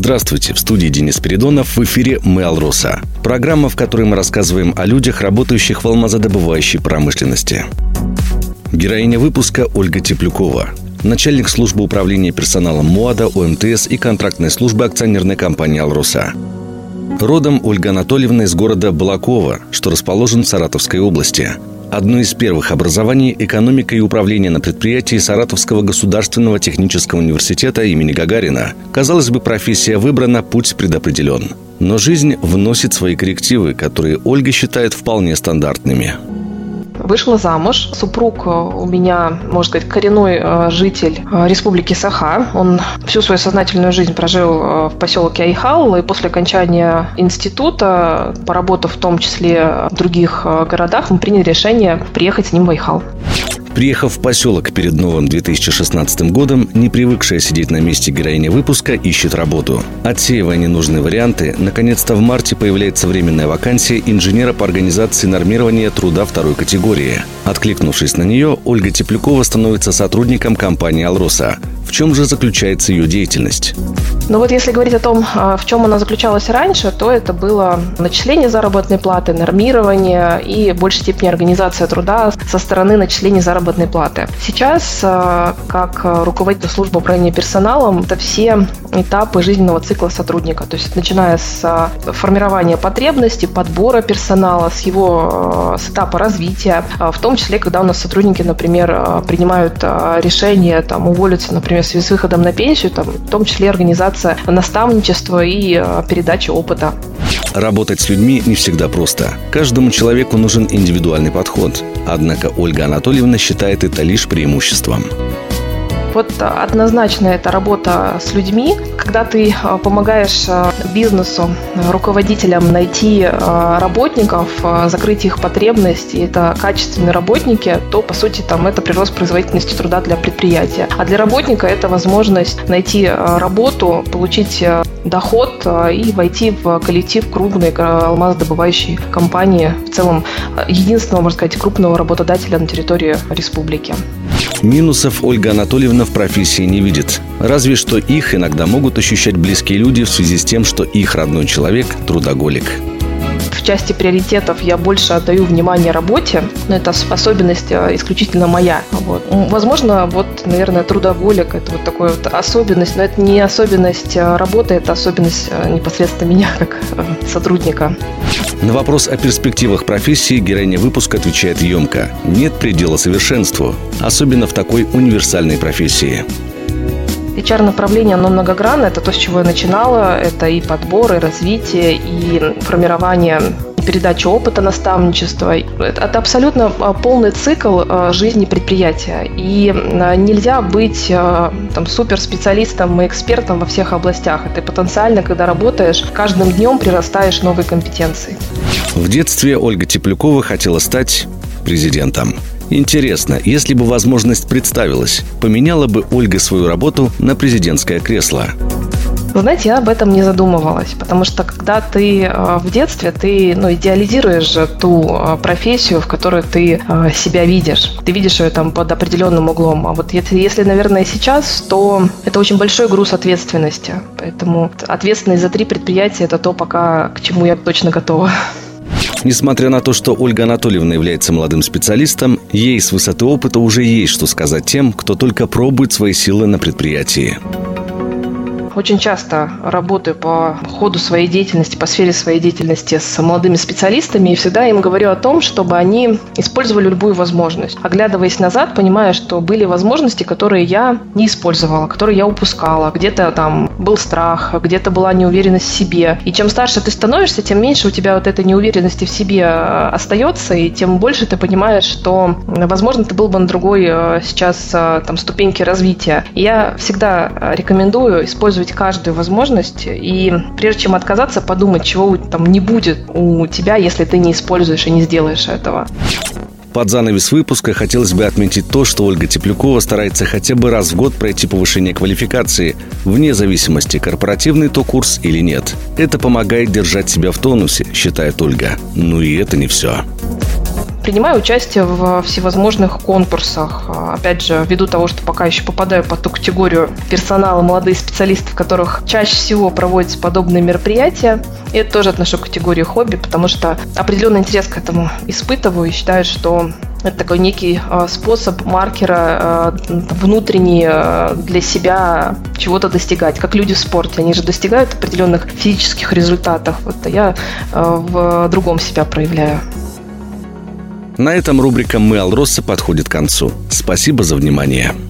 Здравствуйте, в студии Денис Спиридонов, в эфире «Мы Алроса». Программа, в которой мы рассказываем о людях, работающих в алмазодобывающей промышленности. Героиня выпуска Ольга Теплюкова. Начальник службы управления персоналом МОАДа, ОМТС и контрактной службы акционерной компании «Алроса». Родом Ольга Анатольевна из города Балаково, что расположен в Саратовской области. Одно из первых образований – экономика и управление на предприятии Саратовского государственного технического университета имени Гагарина. Казалось бы, профессия выбрана, путь предопределен. Но жизнь вносит свои коррективы, которые Ольга считает вполне стандартными. Вышла замуж. Супруг у меня, можно сказать, коренной житель республики Саха. Он всю свою сознательную жизнь прожил в поселке Айхал. И после окончания института, поработав в том числе в других городах, мы приняли решение приехать с ним в Айхал. Приехав в поселок перед новым 2016 годом, не привыкшая сидеть на месте героиня выпуска ищет работу. Отсеивая ненужные варианты, наконец-то в марте появляется временная вакансия инженера по организации нормирования труда второй категории. Откликнувшись на нее, Ольга Теплюкова становится сотрудником компании «Алроса». В чем же заключается ее деятельность? Ну вот если говорить о том, в чем она заключалась раньше, то это было начисление заработной платы, нормирование и в большей степени организация труда со стороны начисления заработной платы. Сейчас, как руководитель службы управления персоналом, это все этапы жизненного цикла сотрудника. То есть начиная с формирования потребностей, подбора персонала, с этапа развития, в том числе, когда у нас сотрудники, например, принимают решение уволиться, например, в связи с выходом на пенсию, в том числе организация наставничества и передача опыта. Работать с людьми не всегда просто. Каждому человеку нужен индивидуальный подход. Однако Ольга Анатольевна считает это лишь преимуществом. Вот однозначно это работа с людьми. Когда ты помогаешь бизнесу, руководителям найти работников, закрыть их потребности, это качественные работники, то, по сути, это прирост производительности труда для предприятия. А для работника это возможность найти работу, получить доход и войти в коллектив крупной алмазодобывающей компании, в целом единственного, можно сказать, крупного работодателя на территории республики. Минусов Ольга Анатольевна в профессии не видит. Разве что их иногда могут ощущать близкие люди в связи с тем, что их родной человек – трудоголик. В части приоритетов я больше отдаю внимание работе, но это особенность исключительно моя. Возможно, наверное, трудоголик – это такая особенность, но это не особенность работы, это особенность непосредственно меня как сотрудника. На вопрос о перспективах профессии героиня выпуска отвечает емко: нет предела совершенству, особенно в такой универсальной профессии. HR-направление, оно многогранное, это то, с чего я начинала, это и подбор, и развитие, и формирование, и передача опыта, наставничества. Это абсолютно полный цикл жизни предприятия, и нельзя быть суперспециалистом и экспертом во всех областях. Это потенциально, когда работаешь, каждым днем прирастаешь новой компетенцией. В детстве Ольга Теплюкова хотела стать президентом. Интересно, если бы возможность представилась, поменяла бы Ольга свою работу на президентское кресло? Вы знаете, я об этом не задумывалась, потому что когда ты в детстве, ты идеализируешь ту профессию, в которой ты себя видишь. Ты видишь ее под определенным углом. А если, наверное, сейчас, то это очень большой груз ответственности. Поэтому ответственность за 3 предприятия – это то, пока к чему я точно готова. Несмотря на то, что Ольга Анатольевна является молодым специалистом, ей с высоты опыта уже есть что сказать тем, кто только пробует свои силы на предприятии. Очень часто работаю по ходу своей деятельности, по сфере своей деятельности с молодыми специалистами и всегда им говорю о том, чтобы они использовали любую возможность. Оглядываясь назад, понимая, что были возможности, которые я не использовала, которые я упускала. Где-то был страх, где-то была неуверенность в себе. И чем старше ты становишься, тем меньше у тебя этой неуверенности в себе остается, и тем больше ты понимаешь, что, возможно, ты был бы на другой сейчас ступеньке развития. И я всегда рекомендую использовать каждую возможность и прежде чем отказаться, подумать, чего не будет у тебя, если ты не используешь и не сделаешь этого. Под занавес выпуска хотелось бы отметить то, что Ольга Теплюкова старается хотя бы раз в год пройти повышение квалификации, вне зависимости, корпоративный то курс или нет. Это помогает держать себя в тонусе, считает Ольга. И это не все. Принимаю участие в всевозможных конкурсах. Опять же, ввиду того, что пока еще попадаю под ту категорию персонала, молодые специалисты, в которых чаще всего проводятся подобные мероприятия. И это тоже отношу к категории хобби, потому что определенный интерес к этому испытываю и считаю, что это такой некий способ маркера внутренний для себя чего-то достигать. Как люди в спорте, они же достигают определенных физических результатов. Вот я в другом себя проявляю. На этом рубрика «Мы, Алроса» подходит к концу. Спасибо за внимание.